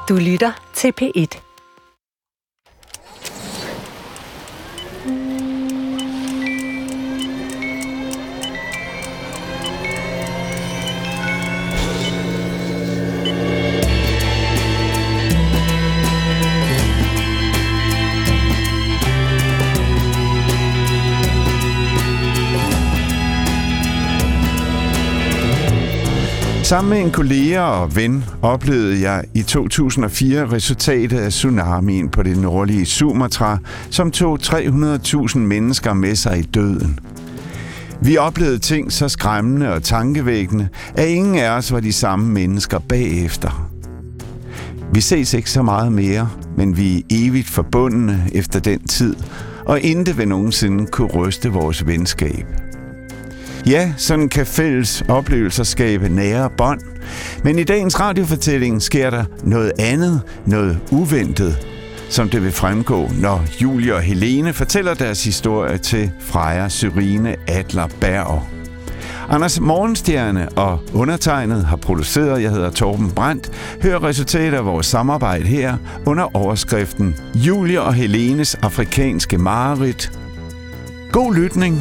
Du lytter til P1. Sammen med en kollega og ven oplevede jeg i 2004 resultatet af tsunamien på det nordlige Sumatra, som tog 300.000 mennesker med sig i døden. Vi oplevede ting så skræmmende og tankevækkende, at ingen af os var de samme mennesker bagefter. Vi ses ikke så meget mere, men vi er evigt forbundne efter den tid, og intet vil nogensinde kunne ryste vores venskab. Ja, sådan kan fælles oplevelser skabe nære bånd. Men i dagens radiofortælling sker der noget andet, noget uventet, som det vil fremgå, når Julie og Helene fortæller deres historie til Freja Sørine Adler Berg. Anders Morgenstjerne og undertegnet har produceret. Jeg hedder Torben Brandt. Hør resultatet af vores samarbejde her under overskriften Julie og Helenes afrikanske mareridt. God lytning.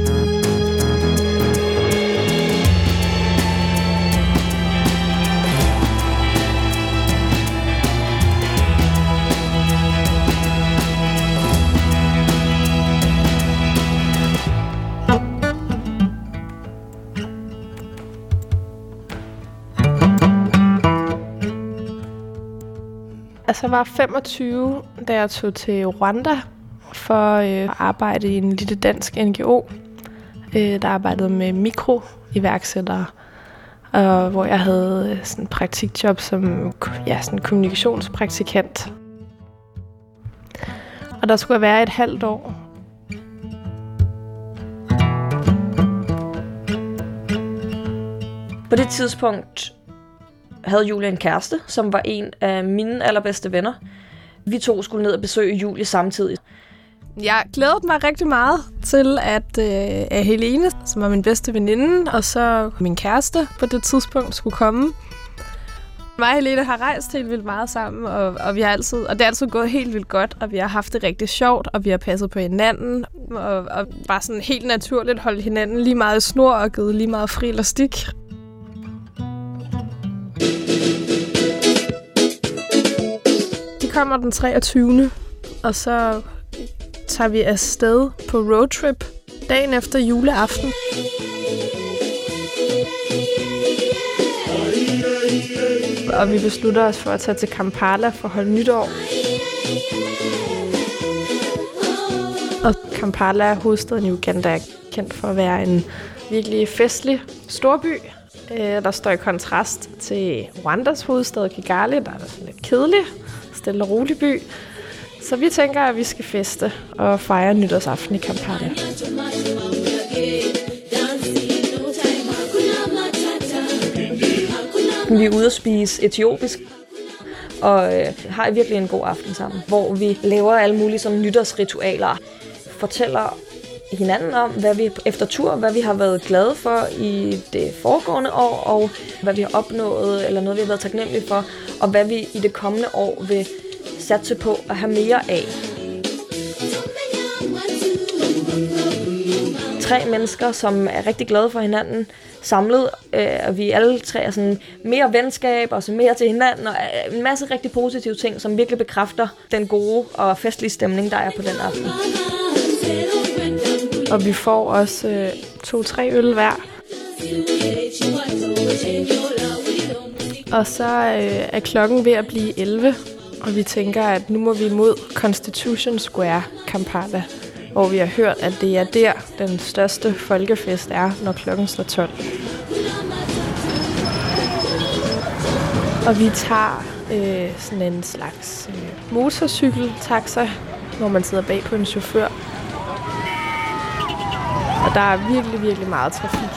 Jeg var 25, da jeg tog til Rwanda for at arbejde i en lille dansk NGO, der arbejdede med mikroiværksættere, og hvor jeg havde sådan en praktikjob som sådan kommunikationspraktikant. Og der skulle jeg være et halvt år. På det tidspunkt havde Julie en kæreste, som var en af mine allerbedste venner. Vi to skulle ned og besøge Julie samtidig. Jeg glædede mig rigtig meget til, at Helene, som var min bedste veninde, og så min kæreste på det tidspunkt skulle komme. Mig og Helene har rejst helt vildt meget sammen, og det er altid gået helt vildt godt, og vi har haft det rigtig sjovt, og vi har passet på hinanden, og bare sådan helt naturligt holdt hinanden lige meget i snor og givet lige meget fri elastik. Kommer den 23. og så tager vi afsted på roadtrip dagen efter juleaften. Og vi beslutter os for at tage til Kampala for at holde nytår. Og Kampala er hovedstaden i Uganda, er kendt for at være en virkelig festlig storby, der står i kontrast til Rwandas hovedstad Kigali, der er sådan lidt kedelig, stille og rolig by. Så vi tænker, at vi skal feste og fejre nytårsaften i Kampala. Vi er ude at spise etiopisk, og har virkelig en god aften sammen, hvor vi laver alle mulige sådan nytårsritualer, fortæller hinanden om, hvad vi efter tur, hvad vi har været glade for i det foregående år, og hvad vi har opnået, eller noget, vi har været taknemmelige for, og hvad vi i det kommende år vil satse på at have mere af. 3 mennesker, som er rigtig glade for hinanden, samlet, og vi alle 3 er sådan mere venskab, og så mere til hinanden, og en masse rigtig positive ting, som virkelig bekræfter den gode og festlige stemning, der er på den aften. Og vi får også 2-3 øl hver. Og så er klokken ved at blive 11, og vi tænker, at nu må vi mod Constitution Square, Kampala, hvor vi har hørt, at det er der, den største folkefest er, når klokken slår 12. Og vi tager sådan en slags motorcykeltaxa, hvor man sidder bag på en chauffør. Og der er virkelig, virkelig meget trafik.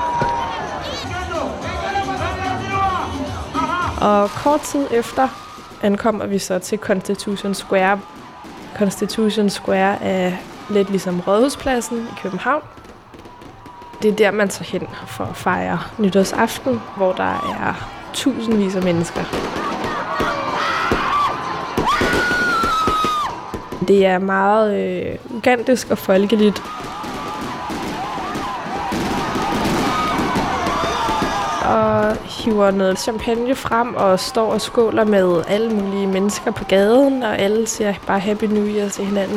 Og kort tid efter ankommer vi så til Constitution Square. Constitution Square er lidt ligesom Rådhuspladsen i København. Det er der, man tager hen for at fejre nytårsaften, hvor der er tusindvis af mennesker. Det er meget ugandisk og folkeligt. Og hiver noget champagne frem og står og skåler med alle mulige mennesker på gaden, og alle siger bare Happy New Year til hinanden.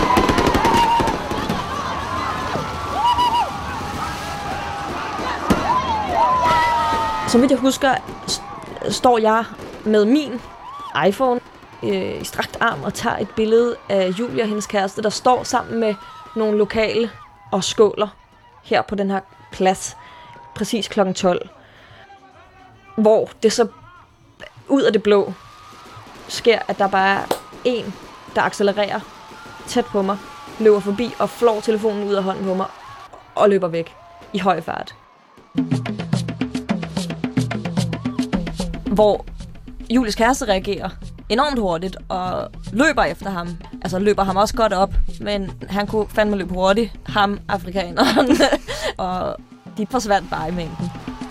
Som vidt jeg husker, står jeg med min iPhone i strakt arm og tager et billede af Julia, hendes kæreste, der står sammen med nogle lokale og skåler her på den her plads, præcis kl. 12. Hvor det så ud af det blå sker, at der bare er en, der accelererer tæt på mig, løber forbi og flår telefonen ud af hånden på mig og løber væk i høj fart. Hvor Julies kæreste reagerer enormt hurtigt og løber efter ham. Altså løber ham også godt op, men han kunne fandme løbe hurtigt, ham afrikaneren, og de forsvandt bare i mængden.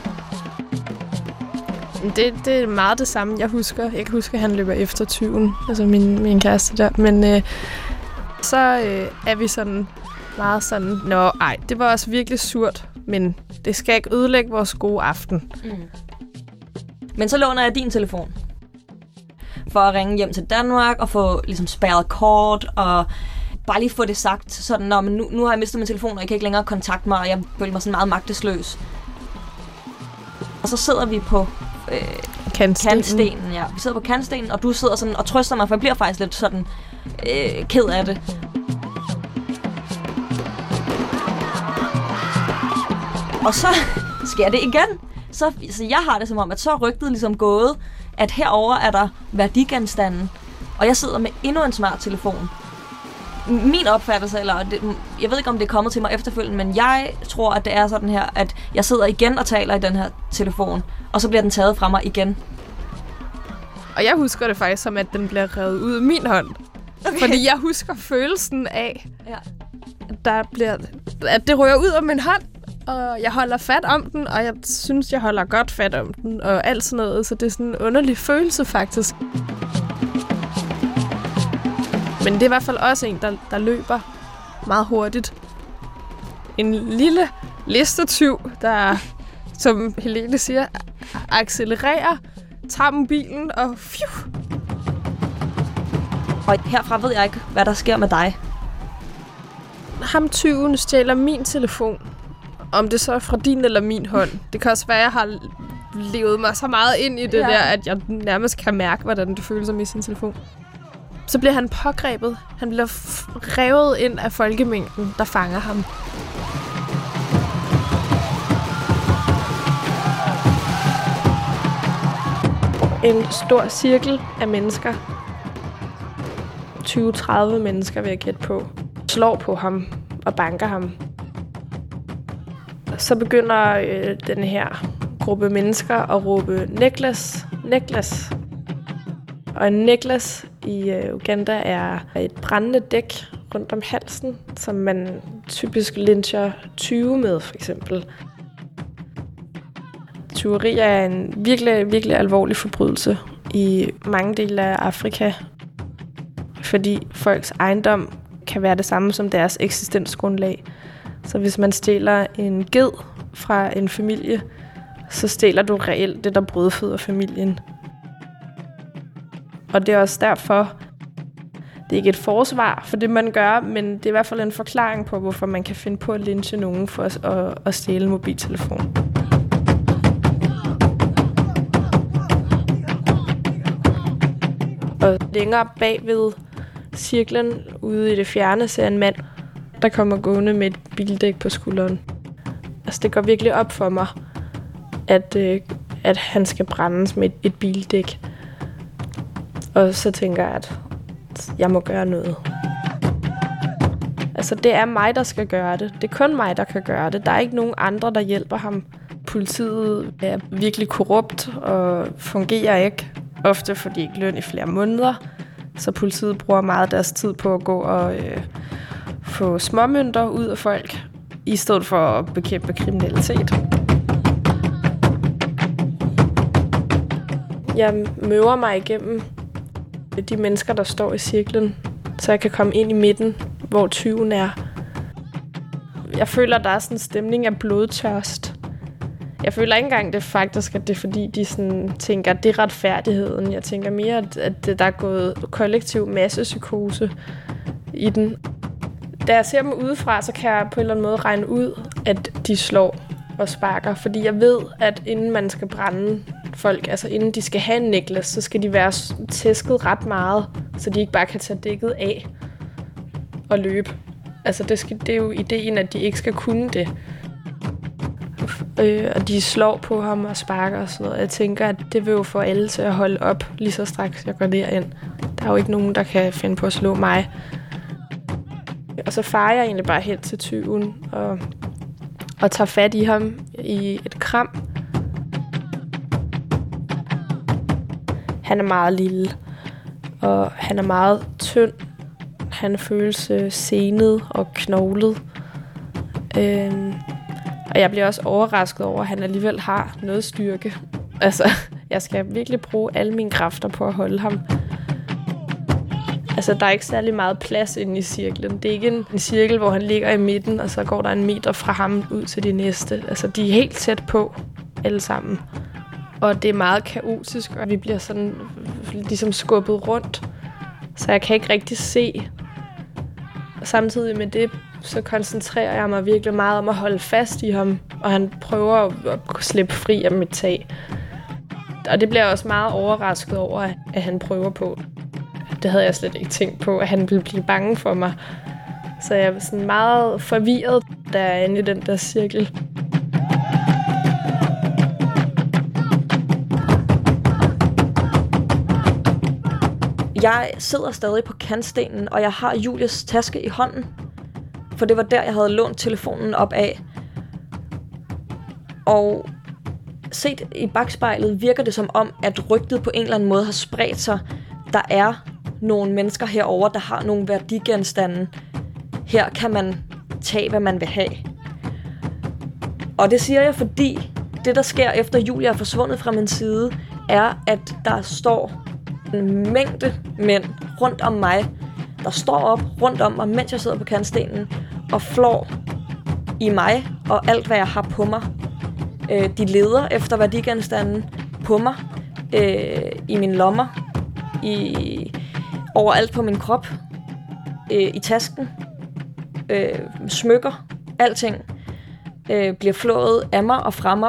Det er meget det samme, jeg husker. Jeg kan huske, at han løber efter tyven, altså min kæreste der. Men så er vi sådan meget sådan, det var også virkelig surt, men det skal ikke ødelægge vores gode aften. Mm. Men så låner jeg din telefon for at ringe hjem til Danmark og få ligesom spærret kort og bare lige få det sagt, sådan, men nu har jeg mistet min telefon, og jeg kan ikke længere kontakte mig, og jeg føler mig sådan meget magtesløs. Og så sidder vi på kantstenen. Ja. Vi sidder på kantstenen, og du sidder sådan og trøster mig, for jeg bliver faktisk lidt sådan ked af det. Og så sker det igen. Så jeg har det som om, at så er rygtet ligesom gået, at herover er der værdigenstanden, og jeg sidder med endnu en smart telefon. Min opfattelse, jeg ved ikke, om det er kommet til mig efterfølgende, men jeg tror, at det er sådan her, at jeg sidder igen og taler i den her telefon, og så bliver den taget fra mig igen. Og jeg husker det faktisk som, at den bliver revet ud af min hånd. Okay. Fordi jeg husker følelsen af, at det rører ud af min hånd, og jeg holder fat om den, og jeg synes, jeg holder godt fat om den, og alt sådan noget, så det er sådan en underlig følelse, faktisk. Men det er i hvert fald også en, der løber meget hurtigt. En lille listetyv, der, som Helene siger, accelererer, tager mobilen og pfiuh. Og herfra ved jeg ikke, hvad der sker med dig. Ham tyven stjæler min telefon. Om det så er fra din eller min hånd. Det kan også være, at jeg har levet mig så meget ind i det der, at jeg nærmest kan mærke, hvordan det føles at miste sin telefon. Så bliver han pågrebet. Han bliver revet ind af folkemængden, der fanger ham. En stor cirkel af mennesker. 20-30 mennesker vil jeg gætte på. Slår på ham og banker ham. Så begynder den her gruppe mennesker at råbe necklace, necklace. Og en necklace i Uganda er et brændende dæk rundt om halsen, som man typisk lyncher tyve med, for eksempel. Tyveri er en virkelig, virkelig alvorlig forbrydelse i mange dele af Afrika, fordi folks ejendom kan være det samme som deres eksistensgrundlag. Så hvis man stjæler en ged fra en familie, så stjæler du reelt det, der brødføder familien. Og det er også derfor, det er ikke et forsvar for det, man gør, men det er i hvert fald en forklaring på, hvorfor man kan finde på at lynche nogen for at stjæle en mobiltelefon. Og længere bagved cirklen ude i det fjerne ser en mand, der kommer gående med et bildæk på skulderen. Altså det går virkelig op for mig, at han skal brændes med et bildæk. Og så tænker jeg, at jeg må gøre noget. Altså det er mig, der skal gøre det. Det er kun mig, der kan gøre det. Der er ikke nogen andre, der hjælper ham. Politiet er virkelig korrupt og fungerer ikke. Ofte får de ikke løn i flere måneder. Så politiet bruger meget af deres tid på at gå og få småmønter ud af folk, i stedet for at bekæmpe kriminalitet. Jeg møver mig igennem de mennesker, der står i cirklen, så jeg kan komme ind i midten, hvor tyven er. Jeg føler, der er sådan en stemning af blodtørst. Jeg føler ikke engang, det faktisk, at det er fordi, de sådan tænker, at det er retfærdigheden. Jeg tænker mere, at der er gået kollektiv massepsykose i den. Da jeg ser dem udefra, så kan jeg på en eller anden måde regne ud, at de slår og sparker. Fordi jeg ved, at inden man skal brænde folk, altså inden de skal have en necklace, så skal de være tæsket ret meget, så de ikke bare kan tage dækket af og løbe. Altså det er jo ideen, at de ikke skal kunne det. Og de slår på ham og sparker og sådan noget. Jeg tænker, at det vil jo få alle til at holde op, lige så straks jeg går derind. Der er jo ikke nogen, der kan finde på at slå mig. Og så farer jeg egentlig bare hen til tyven og tager fat i ham i et kram. Han er meget lille, og han er meget tynd. Han føles senet og knoglet. Og jeg bliver også overrasket over, at han alligevel har noget styrke. Altså, jeg skal virkelig bruge alle mine kræfter på at holde ham. Altså, der er ikke særlig meget plads inde i cirklen. Det er ikke en cirkel, hvor han ligger i midten, og så går der en meter fra ham ud til de næste. Altså, de er helt tæt på, alle sammen. Og det er meget kaotisk, og vi bliver sådan ligesom skubbet rundt. Så jeg kan ikke rigtig se. Og samtidig med det, så koncentrerer jeg mig virkelig meget om at holde fast i ham, og han prøver at slippe fri af mit tag. Og det bliver jeg også meget overrasket over, at han prøver på. Det havde jeg slet ikke tænkt på, at han ville blive bange for mig. Så jeg var sådan meget forvirret, da jeg er inde i den der cirkel. Jeg sidder stadig på kantstenen, og jeg har Julies taske i hånden. For det var der, jeg havde lånt telefonen op af. Og set i bagspejlet virker det som om, at rygtet på en eller anden måde har spredt sig. Der er nogle mennesker herover, der har nogle værdigenstande. Her kan man tage, hvad man vil have. Og det siger jeg, fordi det, der sker efter Julie er forsvundet fra min side, er, at der står en mængde mænd rundt om mig, der står op rundt om mig, mens jeg sidder på kantstenen, og flår i mig og alt, hvad jeg har på mig. De leder efter værdigenstanden på mig, i mine lommer, overalt på min krop, i tasken, smykker, alting bliver flået af mig og fra mig.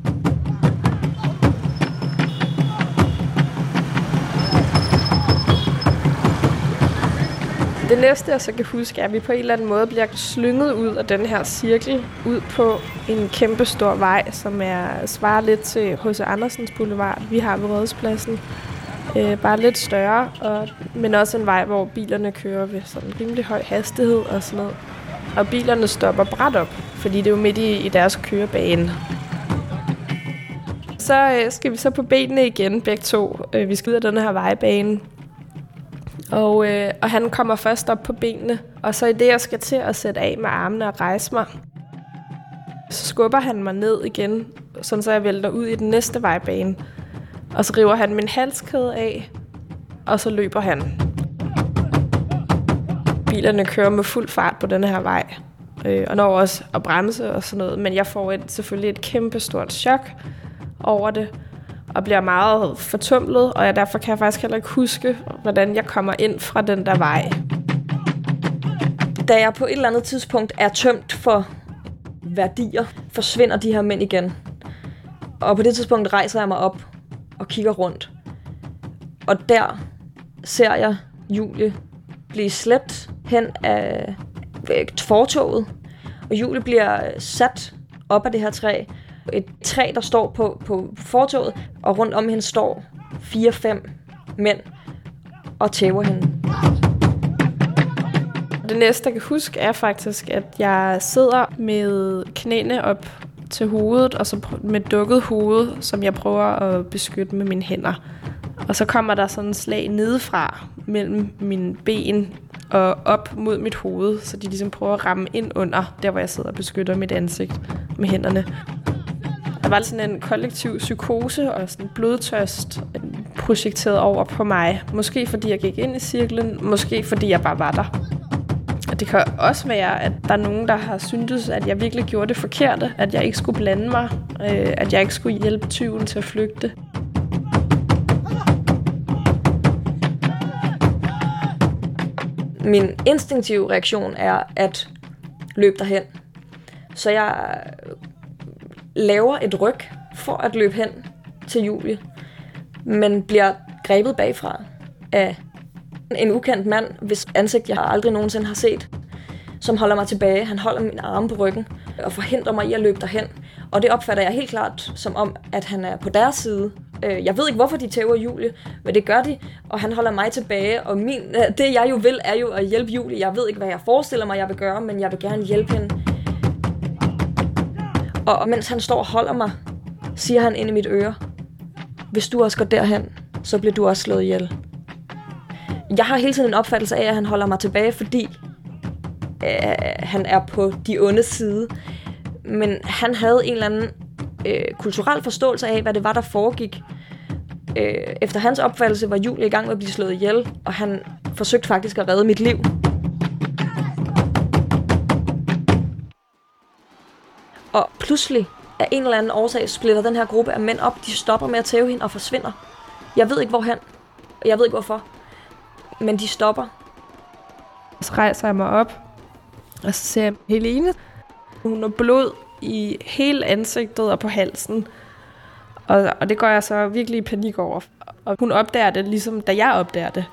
Det næste, jeg så kan huske, er, at vi på en eller anden måde bliver slynget ud af den her cirkel, ud på en kæmpe stor vej, som svarer lidt til H.C. Andersens Boulevard, vi har ved Rådhuspladsen. Bare lidt større, men også en vej, hvor bilerne kører ved sådan rimelig høj hastighed og sådan noget. Og bilerne stopper brat op, fordi det er jo midt i deres kørebane. Så skal vi så på benene igen, begge to. Vi skal ud af den her vejbane. Og han kommer først op på benene, og så i det, jeg skal til at sætte af med armene og rejse mig, så skubber han mig ned igen, sådan så jeg vælter ud i den næste vejbane. Og så river han min halskæde af, og så løber han. Bilerne kører med fuld fart på denne her vej, og når også at bremse og sådan noget, men jeg får selvfølgelig et kæmpe stort chok over det, og bliver meget fortumlet, og derfor kan jeg faktisk heller ikke huske, hvordan jeg kommer ind fra den der vej. Da jeg på et eller andet tidspunkt er tømt for værdier, forsvinder de her mænd igen. Og på det tidspunkt rejser jeg mig op og kigger rundt. Og der ser jeg Julie blive slæbt hen af fortovet. Og Julie bliver sat op af det her træ. Et træ, der står på fortovet, og rundt om hende står 4-5 mænd og tæver hende. Det næste, jeg kan huske, er faktisk, at jeg sidder med knæene op til hovedet, og så med dukket hoved, som jeg prøver at beskytte med mine hænder. Og så kommer der sådan en slag nedefra mellem mine ben og op mod mit hoved, så de ligesom prøver at ramme ind under, der hvor jeg sidder og beskytter mit ansigt med hænderne. Der var sådan en kollektiv psykose og sådan blodtørst, projekteret over på mig. Måske fordi jeg gik ind i cirklen, måske fordi jeg bare var der. Og det kan også være, at der er nogen, der har syntes, at jeg virkelig gjorde det forkerte, at jeg ikke skulle blande mig, at jeg ikke skulle hjælpe tyven til at flygte. Min instinktive reaktion er at løbe derhen. Så jeg laver et ryg for at løbe hen til Julie, men bliver grebet bagfra af en ukendt mand, hvis ansigt jeg aldrig nogensinde har set, som holder mig tilbage. Han holder min arme på ryggen og forhindrer mig i at løbe derhen. Og det opfatter jeg helt klart som om, at han er på deres side. Jeg ved ikke, hvorfor de tæver Julie, men det gør de, og han holder mig tilbage. Og det jeg jo vil, er jo at hjælpe Julie. Jeg ved ikke, hvad jeg forestiller mig, jeg vil gøre, men jeg vil gerne hjælpe hende. Og mens han står og holder mig, siger han ind i mit øre: hvis du også går derhen, så bliver du også slået ihjel. Jeg har hele tiden en opfattelse af, at han holder mig tilbage, fordi han er på de ondes side. Men han havde en eller anden kulturel forståelse af, hvad det var, der foregik. Efter hans opfattelse var Julie i gang med at blive slået ihjel, og han forsøgte faktisk at redde mit liv. Og pludselig, af en eller anden årsag, splitter den her gruppe af mænd op. De stopper med at tæve hende og forsvinder. Jeg ved ikke hvorhen. Jeg ved ikke hvorfor. Men de stopper. Så rejser jeg mig op, og så ser jeg Helene. Hun har blod i hele ansigtet og på halsen. Og det går jeg så virkelig i panik over. Og hun opdager det, ligesom da jeg opdager det.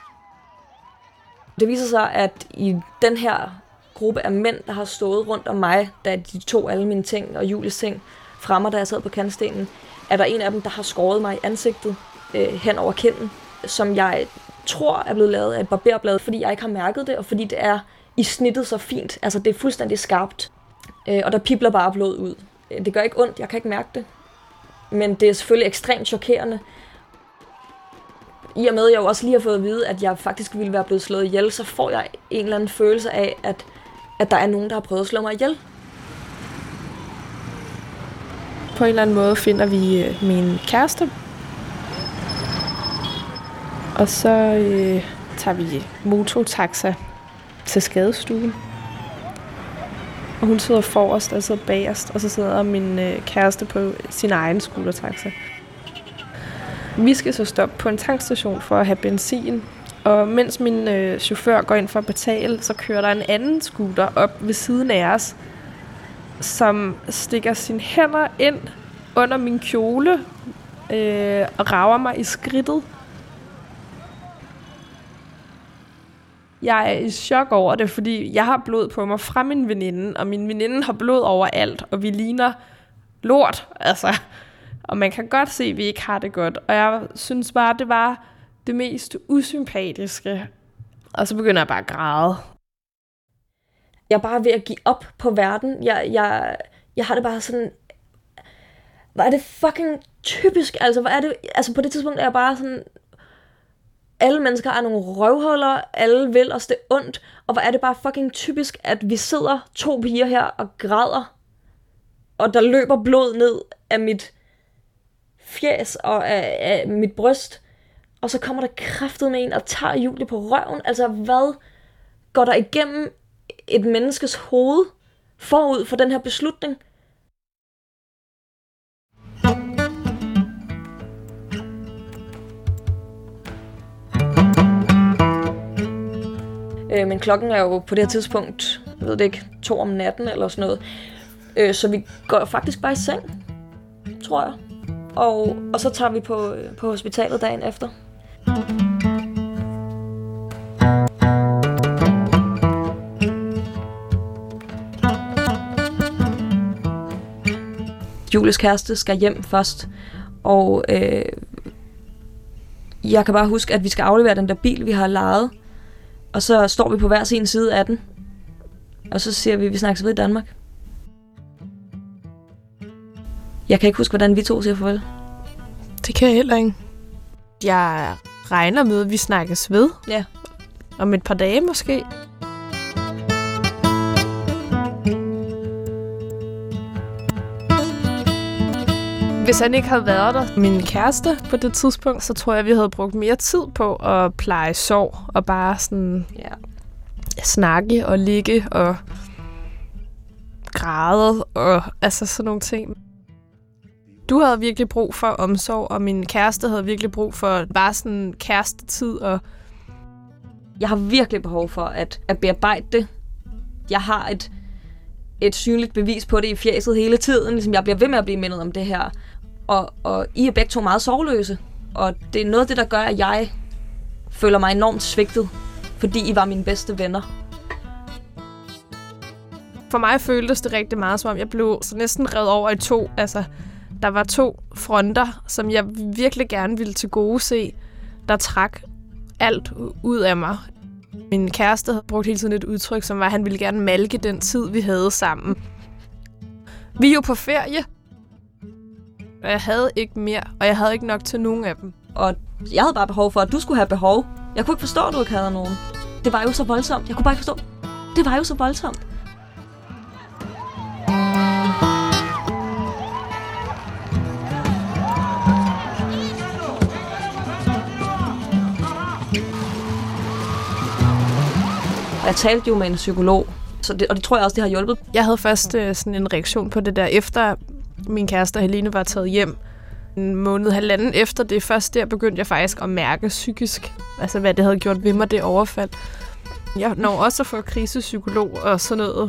Det viser sig, at i den her gruppe af mænd, der har stået rundt om mig, da de tog alle mine ting og Julies ting fra mig, da jeg sad på kantstenen, er der en af dem, der har skåret mig i ansigtet hen over kinden, som jeg tror er blevet lavet af et barberblad, fordi jeg ikke har mærket det, og fordi det er i snittet så fint. Altså, det er fuldstændig skarpt. Og der pibler bare blod ud. Det gør ikke ondt, jeg kan ikke mærke det. Men det er selvfølgelig ekstremt chokerende. I og med, at jeg jo også lige har fået at vide, at jeg faktisk ville være blevet slået ihjel, så får jeg en eller anden følelse af, at der er nogen, der har prøvet at slå mig ihjel. På en eller anden måde finder vi min kæreste. Og så tager vi motortaxa til skadestuen. Og hun sidder forrest, og jeg sidder bagerst, og så sidder min kæreste på sin egen scootertaxa. Vi skal så stoppe på en tankstation for at have benzin, og mens min chauffør går ind for at betale, så kører der en anden scooter op ved siden af os, som stikker sine hænder ind under min kjole og rager mig i skridtet. Jeg er i chok over det, fordi jeg har blod på mig fra min veninde, og min veninde har blod overalt, og vi ligner lort, altså. Og man kan godt se, at vi ikke har det godt. Og jeg synes bare, det var det mest usympatiske. Og så begynder jeg bare at græde. Jeg er bare ved at give op på verden. Jeg har det bare sådan... Hvor er det fucking typisk? Altså, hvor er det... Altså, på det tidspunkt er jeg bare sådan... Alle mennesker er nogle røvhuller, alle vil os det ondt, og hvor er det bare fucking typisk, at vi sidder 2 piger her og græder, og der løber blod ned af mit fjæs og af mit bryst, og så kommer der kraftedeme en og tager Julie på røven. Altså, hvad går der igennem et menneskes hoved forud for den her beslutning? Men klokken er jo på det her tidspunkt, jeg ved det ikke, 2 om natten eller sådan noget. Så vi går faktisk bare i seng, tror jeg. Og så tager vi på hospitalet dagen efter. Julies kæreste skal hjem først, og jeg kan bare huske, at vi skal aflevere den der bil, vi har lejet. Og så står vi på hver sin side af den. Og så siger vi snakkes ved i Danmark. Jeg kan ikke huske, hvordan vi to siger farvel. Det kan jeg heller ikke. Jeg regner med, at vi snakkes ved. Ja. Om et par dage måske. Hvis han ikke havde været der, min kæreste på det tidspunkt, så tror jeg, vi havde brugt mere tid på at pleje sorg og bare sådan snakke og ligge og græde og altså sådan nogle ting. Du havde virkelig brug for omsorg, og min kæreste havde virkelig brug for bare sådan kærestetid. Og jeg har virkelig behov for at bearbejde det. Jeg har et synligt bevis på det i fjæset hele tiden. Ligesom jeg bliver ved med at blive mindet om det her. Og I er begge to meget sorgløse. Og det er noget af det, der gør, at jeg føler mig enormt svigtet. Fordi I var mine bedste venner. For mig føltes det rigtig meget, som om jeg blev så næsten revet over i to. Altså, der var to fronter, som jeg virkelig gerne ville tilgodese, der trak alt ud af mig. Min kæreste havde brugt hele tiden et udtryk, som var, at han ville gerne malke den tid, vi havde sammen. Vi er jo på ferie, og jeg havde ikke mere, og jeg havde ikke nok til nogen af dem. Og jeg havde bare behov for, at du skulle have behov. Jeg kunne ikke forstå, at du ikke havde nogen. Det var jo så voldsomt. Jeg kunne bare ikke forstå. Det var jo så voldsomt. Jeg talte jo med en psykolog, og det tror jeg også, det har hjulpet. Jeg havde først sådan en reaktion på det der, efter min kæreste Helene var taget hjem. En måned, halvanden efter det, først der begyndte jeg faktisk at mærke psykisk, altså hvad det havde gjort ved mig, det overfald. Jeg når også at få krisepsykolog og sådan noget.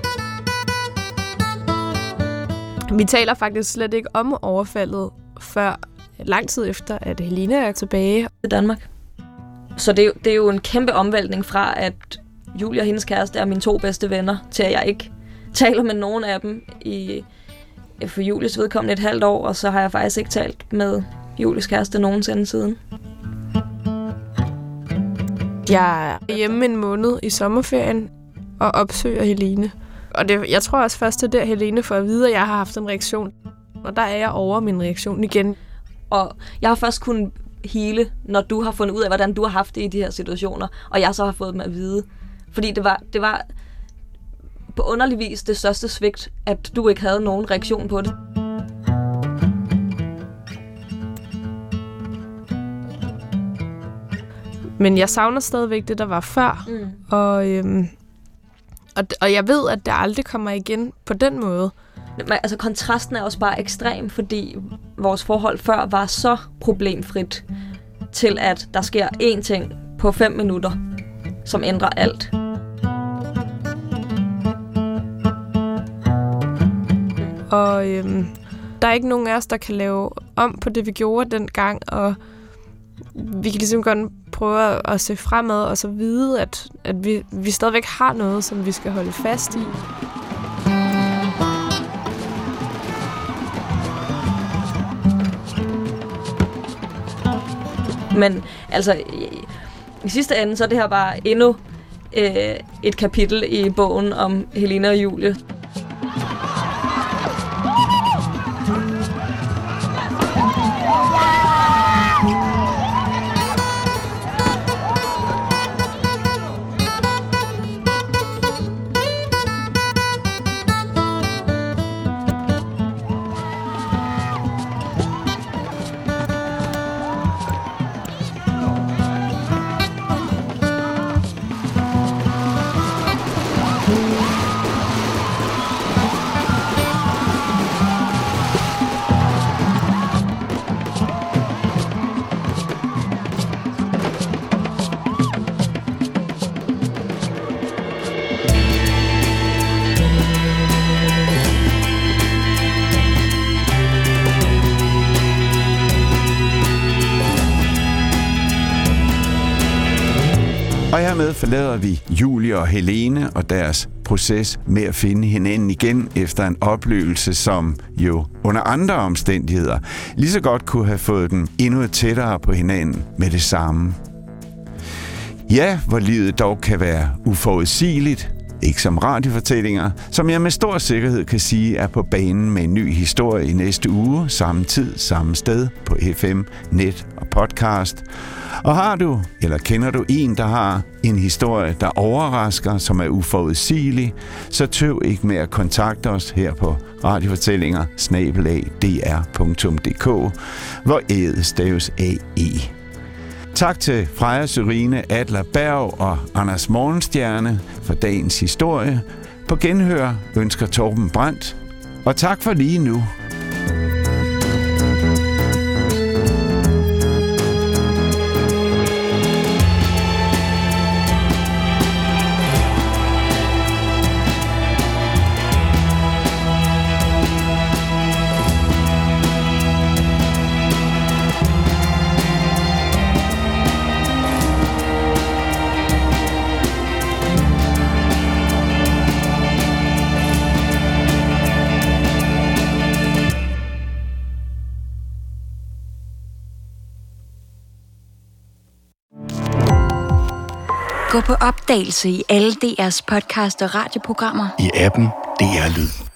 Vi taler faktisk slet ikke om overfaldet før lang tid efter, at Helene er tilbage i Danmark. Så det er jo en kæmpe omvæltning fra, at Julie og hendes kæreste er mine to bedste venner, til at jeg ikke taler med nogen af dem for Julies vedkommende et halvt år, og så har jeg faktisk ikke talt med Julies kæreste nogensinde siden. Jeg er hjemme en måned i sommerferien og opsøger Helene. Og jeg tror også først til der, Helene får at vide, at jeg har haft en reaktion. Og der er jeg over min reaktion igen. Og jeg har først kunnet hele, når du har fundet ud af, hvordan du har haft det i de her situationer, og jeg så har fået dem at vide. Fordi det var på underlig vis det største svigt, at du ikke havde nogen reaktion på det. Men jeg savner stadigvæk det, der var før. Og jeg ved, at det aldrig kommer igen på den måde. Altså kontrasten er også bare ekstrem, fordi vores forhold før var så problemfrit, til at der sker én ting på 5 minutter, som ændrer alt. Og der er ikke nogen af os, der kan lave om på det, vi gjorde dengang, og vi kan ligesom godt prøve at se fremad og så vide, at vi stadigvæk har noget, som vi skal holde fast i. Men altså, i sidste ende, så er det her bare endnu et kapitel i bogen om Helene og Julie. Og hermed forlader vi Julie og Helene og deres proces med at finde hinanden igen efter en oplevelse, som jo under andre omstændigheder lige så godt kunne have fået dem endnu tættere på hinanden med det samme. Ja, hvor livet dog kan være uforudsigeligt, ikke som radiofortællinger, som jeg med stor sikkerhed kan sige er på banen med en ny historie i næste uge, samme tid, samme sted, på FM, net og podcast. Og har du, eller kender du en, der har en historie, der overrasker, som er uforudsigelig, så tøv ikke med at kontakte os her på radiofortællinger@dr.dk, hvor ædet staves AE. Tak til Freja Sørine Adler Berg og Anders Morgenstjerne for dagens historie. På genhør ønsker Torben Brandt. Og tak for lige nu. Gå på opdagelse i alle DR's podcast og radioprogrammer. I appen DR Lyd.